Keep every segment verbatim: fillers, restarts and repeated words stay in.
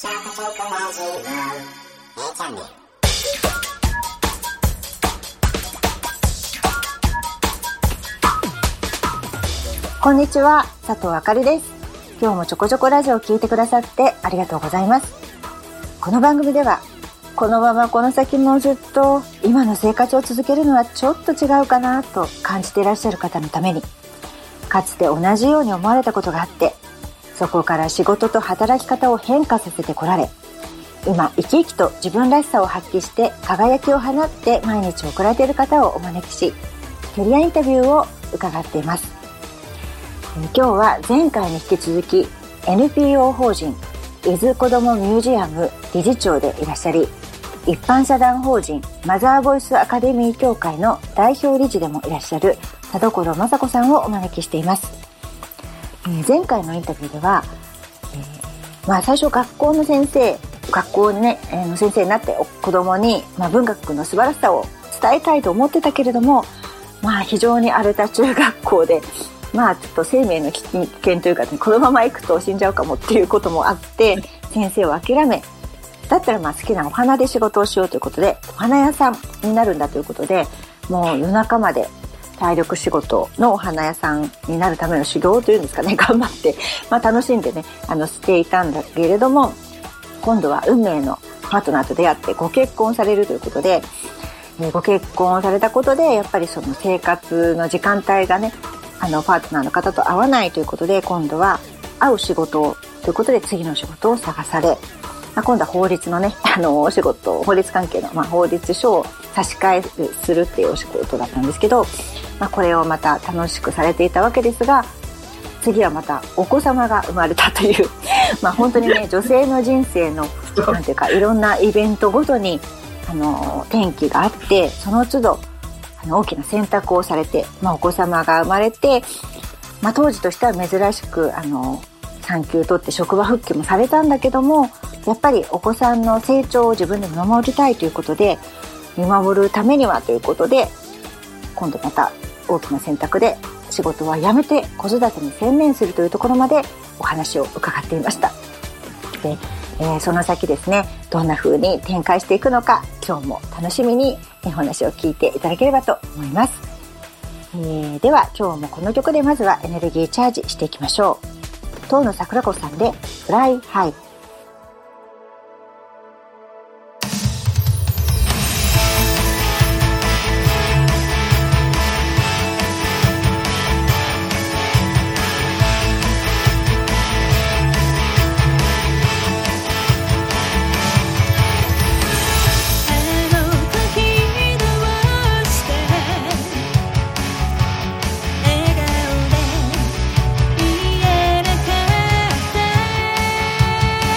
こんにちは、佐藤あかりです。今日もちょこちょこラジオを聞いてくださってありがとうございます。この番組ではこのままこの先もずっと今の生活を続けるのはちょっと違うかなと感じていらっしゃる方のために、かつて同じように思われたことがあって、そこから仕事と働き方を変化させてこられ、今生き生きと自分らしさを発揮して輝きを放って毎日送られている方をお招きし、キャリアインタビューを伺っています。今日は前回に引き続き エヌピーオー 法人伊豆こどもミュージアム理事長でいらっしゃり、一般社団法人マザーボイスアカデミー協会の代表理事でもいらっしゃる田所雅子さんをお招きしています。えー、前回のインタビューでは、えーまあ、最初学校の先生学校、ね、の先生になって子どもに、まあ、文学の素晴らしさを伝えたいと思ってたけれども、まあ、非常に荒れた中学校で、まあ、ちょっと生命の危険というか、ね、このまま行くと死んじゃうかもっていうこともあって先生を諦め、だったらまあ好きなお花で仕事をしようということでお花屋さんになるんだということで、もう夜中まで体力仕事のお花屋さんになるための修行というんですかね、頑張って、まあ、楽しんでねあのしていたんだけれども、今度は運命のパートナーと出会ってご結婚されるということで、えー、ご結婚されたことでやっぱりその生活の時間帯がね、あのパートナーの方と合わないということで、今度は会う仕事をということで次の仕事を探され、まあ、今度は法律のねあのお仕事、法律関係の、まあ、法律書を差し替えするっていうお仕事だったんですけど、まあ、これをまた楽しくされていたわけですが、次はまたお子様が生まれたというまあ本当にね女性の人生のなんていうかいろんなイベントごとにあの転機があって、その都度あの大きな選択をされて、まあ、お子様が生まれて、まあ、当時としては珍しくあの産休取って職場復帰もされたんだけども、やっぱりお子さんの成長を自分で見守りたいということで、見守るためにはということで今度また大きな選択で仕事は辞めて子育てに専念するというところまでお話を伺っていました。で、えー、その先ですね、どんな風に展開していくのか、今日も楽しみにお話を聞いていただければと思います。えー、では今日もこの曲でまずはエネルギーチャージしていきましょう。遠野桜子さんでフライハイ。 笑顔で言えなかった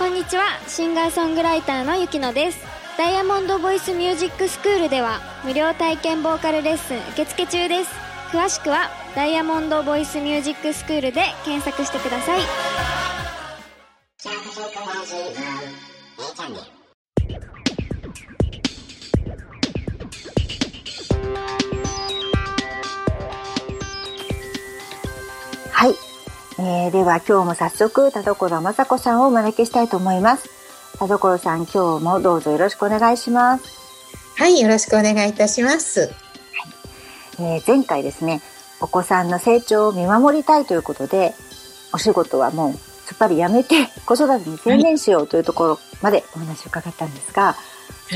んにちは。シンガーソングライターのゆきのです。ダイヤモンドボイスミュージックスクールでは無料体験ボーカルレッスン受付中です。詳しくはダイヤモンドボイスミュージックスクールで検索してください。 はい、えー、では今日も早速田所雅子さんをお招きしたいと思います。田所さん、今日もどうぞよろしくお願いします。 はい、よろしくお願いいたします。はい、 えー、前回ですね、お子さんの成長を見守りたいということで、お仕事はもうすっぱりやめて子育てに専念しようというところまでお話を伺ったんですが、はい、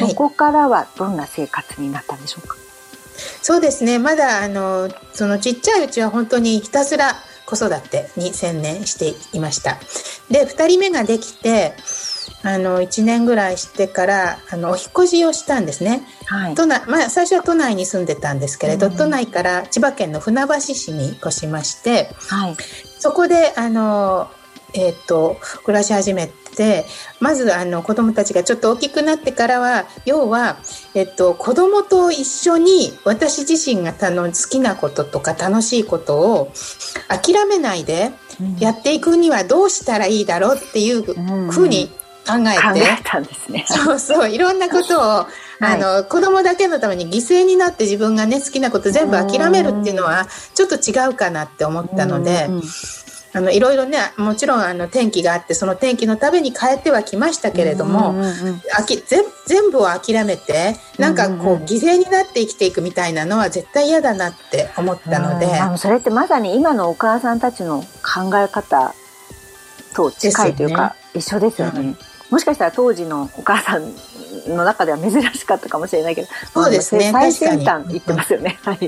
そこからはどんな生活になったんでしょうか？ そうですね、まだあのそのちっちゃいうちは本当にひたすら子育てに専念していました。で、ふたりめができてあのいちねんぐらいしてからあのお引越しをしたんですね。はい、都内、まあ、最初は都内に住んでたんですけれど、うん、都内から千葉県の船橋市に越しまして、はい、そこであの、えー、と暮らし始めて、まずあの子どもたちがちょっと大きくなってからは、要は、えっと、子どもと一緒に私自身がたの好きなこととか楽しいことを諦めないでやっていくにはどうしたらいいだろうっていうふうに考えて、 考えたんですね。 そうそう、いろんなことを、はい、あの子供だけのために犠牲になって自分がね好きなこと全部諦めるっていうのはちょっと違うかなって思ったので、あのいろいろね、もちろんあの天気があってその天気のために変えてはきましたけれども、あき全全部を諦めてなんかこう犠牲になって生きていくみたいなのは絶対嫌だなって思ったので、 あのそれってまさに今のお母さんたちの考え方と近いというか一緒ですよね。うん、もしかしたら当時のお母さんの中では珍しかったかもしれないけど、 そうですね、 最先端言ってますよね。はい。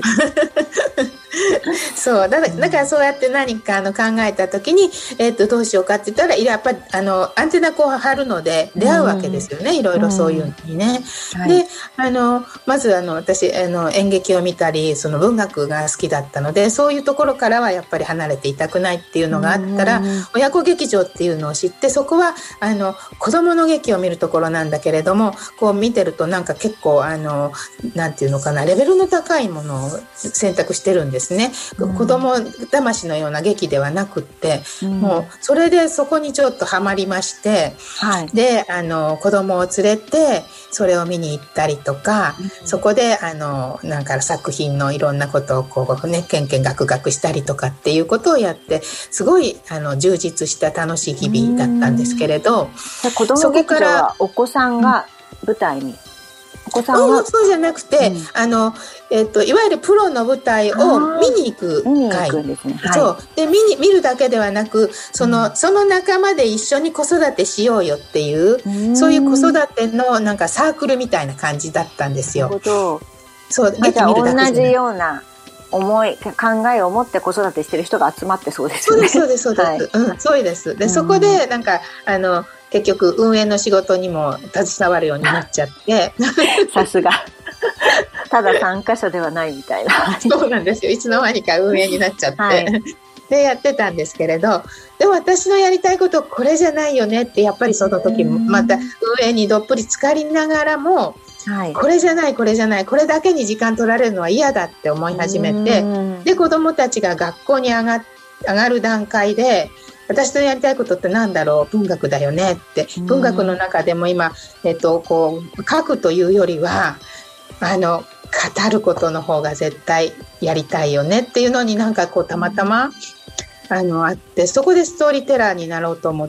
そうだから、だからそうやって何かあの考えた時に、えー、とどうしようかって言ったら、やっぱりあのアンテナこう張るので出会うわけですよね、うん、いろいろそういうのにね。うん、で、あのまずあの私あの演劇を見たりその文学が好きだったので、そういうところからはやっぱり離れていたくないっていうのがあったら、うん、親子劇場っていうのを知って、そこはあの子供の劇を見るところなんだけれども、こう見てるとなんか結構あのなんていうのかな、レベルの高いものを選択してるんですね。うん、子供魂のような劇ではなくって、うん、もうそれでそこにちょっとハマりまして、はい、であの子供を連れてそれを見に行ったりとか、うん、そこであのなんか作品のいろんなことをこうねけんけんがくがくしたりとかっていうことをやって、すごいあの充実した楽しい日々だったんですけれど、 子供劇場はお子さんが舞台に、うん、お子さんは、 うん、そうじゃなくて、うん、あのえー、といわゆるプロの舞台を見に行く会、 ですね、はい、 そうで 見, に見るだけではなく、その、うん、その仲間で一緒に子育てしようよっていう、うん、そういう子育てのなんかサークルみたいな感じだったんですよ。 なるほど。 そう、 劇見るだけじゃなくて同じような思い考えを持って子育てしてる人が集まってそうですよね。 そうですそうですそうです、はい、うん、そうです。で、そこでなんかあの結局運営の仕事にも携わるようになっちゃってさすがただ参加者ではないみたいなそうなんですよ。いつの間にか運営になっちゃって、はい、でやってたんですけれど、でも私のやりたいことこれじゃないよねって、やっぱりその時また運営にどっぷり浸かりながらも、はい、これじゃないこれじゃないこれだけに時間取られるのは嫌だって思い始めて、で子どもたちが学校に上が、上がる段階で、私のやりたいことってなんだろう、文学だよねって、文学の中でも今、えっと、こう書くというよりはあの語ることの方が絶対やりたいよねっていうのに、なんかこうたまたまあのあって、そこでストーリーテラーになろうと思って、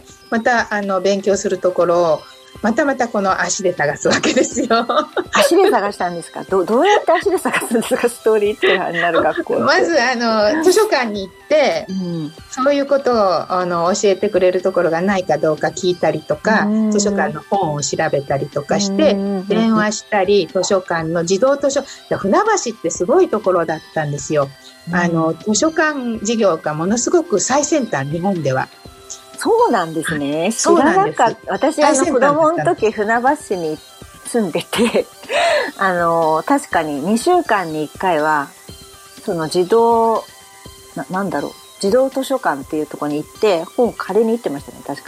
またあの勉強するところをまたまたこの足で探すわけですよ。 足で探したんですか？ ど, どうやって足で探すんですか？ストーリーテラーになる学校まずあの図書館に行って、うん、そういうことをあの教えてくれるところがないかどうか聞いたりとか、図書館の本を調べたりとかして、電話したり、図書館の児童図書船橋ってすごいところだったんですよ。あの図書館事業がものすごく最先端、日本では。 そうなんですね。知らなかった。私あの子供の時船橋市に住んでてあの確かににしゅうかんにいっかいはその児童 な, なんだろう児童図書館っていうところに行って本を借りに行ってましたね。確かに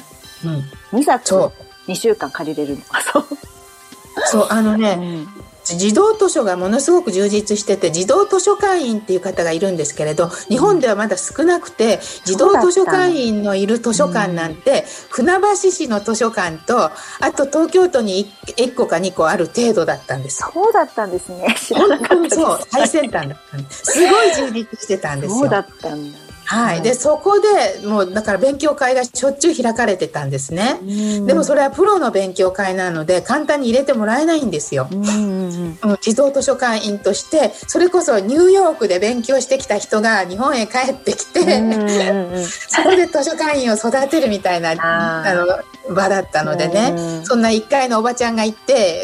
うん、 にさつにしゅうかん借りれるの。そうそうあのね、うん児童図書がものすごく充実してて、児童図書館員っていう方がいるんですけれど、日本ではまだ少なくて、児童図書館員のいる図書館なんて、船橋市の図書館と、あと東京都にいっこかにこある程度だったんです。 そうだったんですね。知らなかったです。 そう、最先端だったんです。すごい充実してたんですよ。 そうだったんだ。 はい。で、そこでもう、だから勉強会がしょっちゅう開かれてたんですね。でもそれはプロの勉強会なので、簡単に入れてもらえないんですよ。うん児童図書館員として、それこそニューヨークで勉強してきた人が日本へ帰ってきて、そこで図書館員を育てるみたいな、あの、場だったのでね、そんな一回のおばちゃんが行って、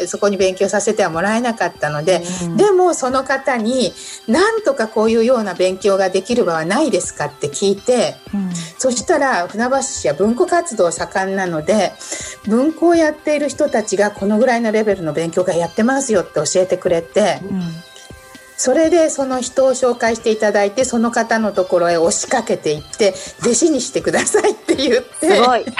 そこに勉強させてはもらえなかったので、でもその方に、なんとかこういうような勉強ができる場はないですかって聞いて、うん、そしたら船橋市は文庫活動盛んなので、文庫をやっている人たちがこのぐらいのレベルの勉強会やってますよって教えてくれて、うん、それでその人を紹介していただいて、その方のところへ押しかけていって、弟子にしてくださいって言って、 すごい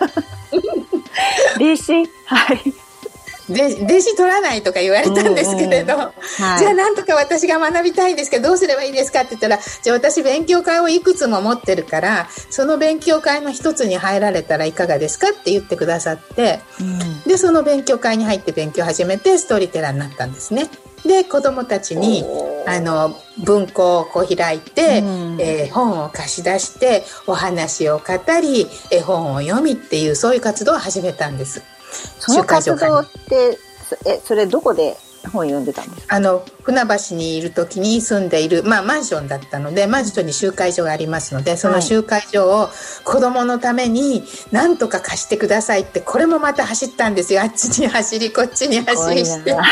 弟子はいで弟子取らないとか言われたんですけれど、うんうんはい、じゃあなんとか私が学びたいんですけどどうすればいいですかって言ったら、じゃあ私勉強会をいくつも持ってるからその勉強会の一つに入られたらいかがですかって言ってくださって、うん、でその勉強会に入って勉強を始めてストーリーテラーになったんですね。で子どもたちにあの文庫をこう開いて、うんえー、本を貸し出してお話を語り絵本を読みっていうそういう活動を始めたんです。 その活動ってえそれどこで本読んでたんですか？ あの船橋にいる時に住んでいる、まあ、マンションだったのでマンションに集会所がありますのでその集会所を子どものために何とか貸してくださいってこれもまた走ったんですよ。あっちに走りこっちに走りしてもう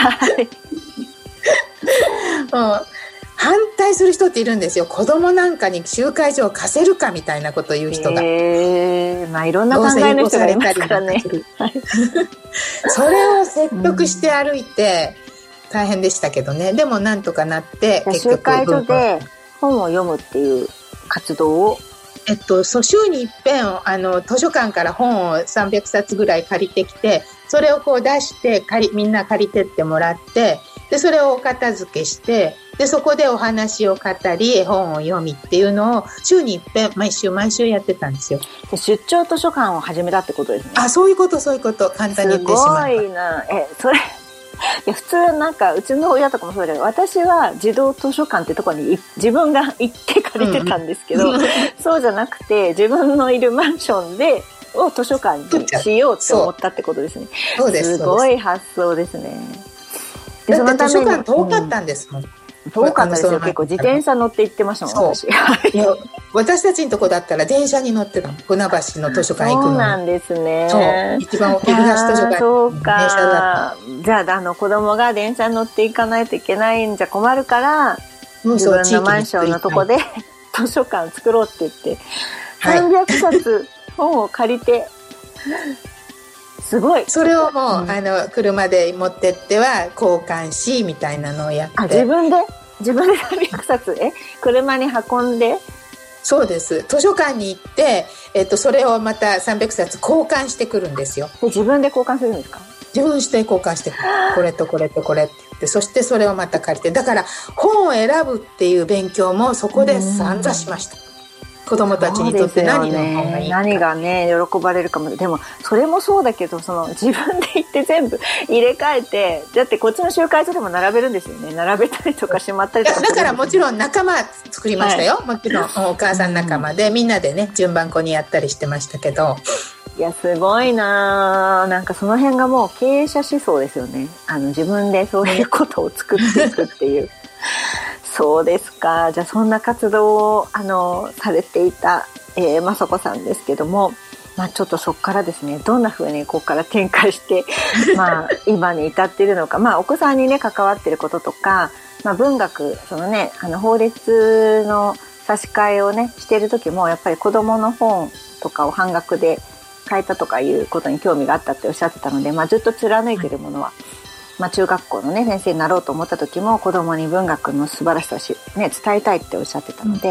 反対する人っているんですよ。子供なんかに集会所を貸せるかみたいなことを言う人が、 えーまあ、いろんな考えの人がいますからねそれを説得して歩いて大変でしたけどね。でもなんとかなって結局集会所で本を読むっていう活動をえっと、そう週に一遍あの図書館から本をさんびゃくさつぐらい借りてきてそれをこう出して借りみんな借りてってもらってでそれをお片付けしてでそこでお話を語り絵本を読みっていうのを週に一遍毎週毎週やってたんですよ。 出張図書館を始めたってことですね。 あ、そういうことそういうこと簡単に言ってしまった。 すごいな。えそれいや普通なんかうちの親とかもそうだけど私は児童図書館ってところに自分が行って借りてたんですけど、うん、そうじゃなくて自分のいるマンションでを図書館にしようって思ったってことですね。 そうです。 すごい発想ですね。 でだって図書館遠かったんですもん、うん遠かったですよ。結構自転車乗って行ってましたもん私。いや私たちのとこだったら電車に乗ってたの船橋の図書館行くの。 そうなんですね。 そう一番大きい東図書館そうか電車だった。じゃああの子供が電車に乗って行かないといけないんじゃ困るから自分のマンションのとこで図書館作ろうって言って、はい、さんびゃくさつ本を借りてすごい。 それをもう、うん、あの車で持ってっては交換しみたいなのをやって。 あ自分で自分でさんびゃくさつえ車に運んで。 そうです図書館に行って、えっと、それをまたさんびゃくさつ交換してくるんですよ。 で自分で交換するんですか？ 自分して交換してくるこれとこれとこれって言ってそしてそれをまた借りてだから本を選ぶっていう勉強もそこで散々しました。子供たちにとって何の本がいいか、 何がね喜ばれるかも。でもそれもそうだけどその自分で行って全部入れ替えてだってこっちの集会所でも並べるんですよね。並べたりとかしまったりとかするんですよ。 だからもちろん仲間作りましたよ、はい、もちろんお母さん仲間でみんなでね順番こにやったりしてましたけど。 いやすごいな。なんかその辺がもう経営者思想ですよね。あの自分でそういうことを作っていくっていうそうですか。じゃあそんな活動をあのされていた、えー、まさこさんですけども、まあ、ちょっとそこからですねどんな風にここから展開してまあ今に至っているのか、まあ、お子さんにね関わっていることとか、まあ、文学そのねあの法律の差し替えをねしている時もやっぱり子どもの本とかを半額で買えたとかいうことに興味があったっておっしゃってたので、まあ、ずっと貫いているものは、まあ、中学校のね先生になろうと思った時も子どもに文学の素晴らしさをし、ね、伝えたいっておっしゃってたので、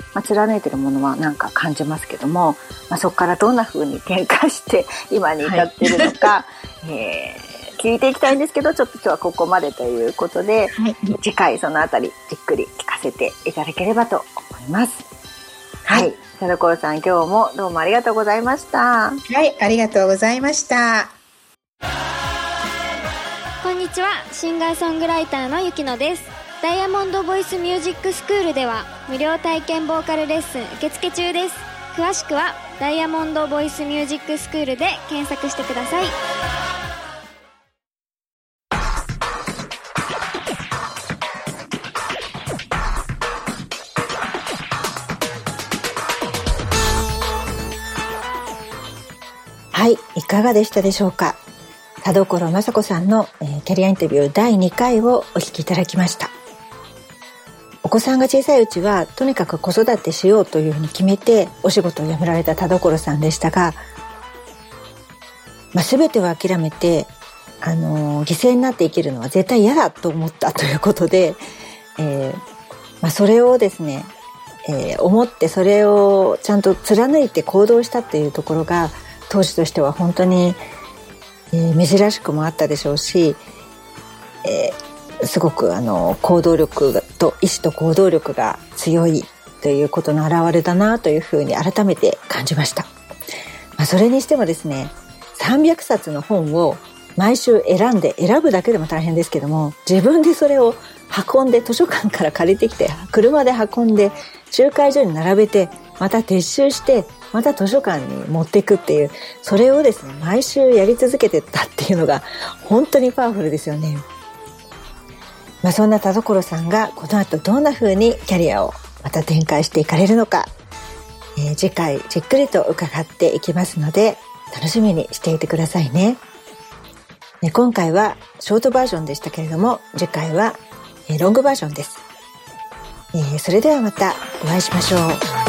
まあ、貫いてるものはなんか感じますけども、まあ、そこからどんな風に展開して今に至っているのか、はい、えー、聞いていきたいんですけど、ちょっと今日はここまでということで、はい、次回そのあたりじっくり聞かせていただければと思います。はい、田所さん、今日もどうもありがとうございました。 はい、ありがとうございました。 こんにちは、シンガーソングライターのゆきのです。ダイヤモンドボイスミュージックスクールでは無料体験ボーカルレッスン受付中です。詳しくはダイヤモンドボイスミュージックスクールで検索してください。 はい、いかがでしたでしょうか。田所雅子さんの、えー、キャリアインタビューだいにかいをお聞きいただきました。お子さんが小さいうちはとにかく子育てしようというふうに決めてお仕事を辞められた田所さんでしたが、まあ、全てを諦めて、あのー、犠牲になって生きるのは絶対嫌だと思ったということで、えーまあ、それをですね、えー、思ってそれをちゃんと貫いて行動したっていうところが当時としては本当に、えー、珍しくもあったでしょうし、えーすごくあの行動力と意志と行動力が強いということの表れだなというふうに改めて感じました。まあ、それにしてもですね、さんびゃくさつの本を毎週選んで、選ぶだけでも大変ですけども、自分でそれを運んで図書館から借りてきて車で運んで集会所に並べてまた撤収してまた図書館に持っていくっていう、それをですね毎週やり続けてたっていうのが本当にパワフルですよね。まあ、そんな田所さんがこの後どんな風にキャリアをまた展開していかれるのか、えー、次回じっくりと伺っていきますので楽しみにしていてくださいね。で、今回はショートバージョンでしたけれども、次回はロングバージョンです。えー、それではまたお会いしましょう。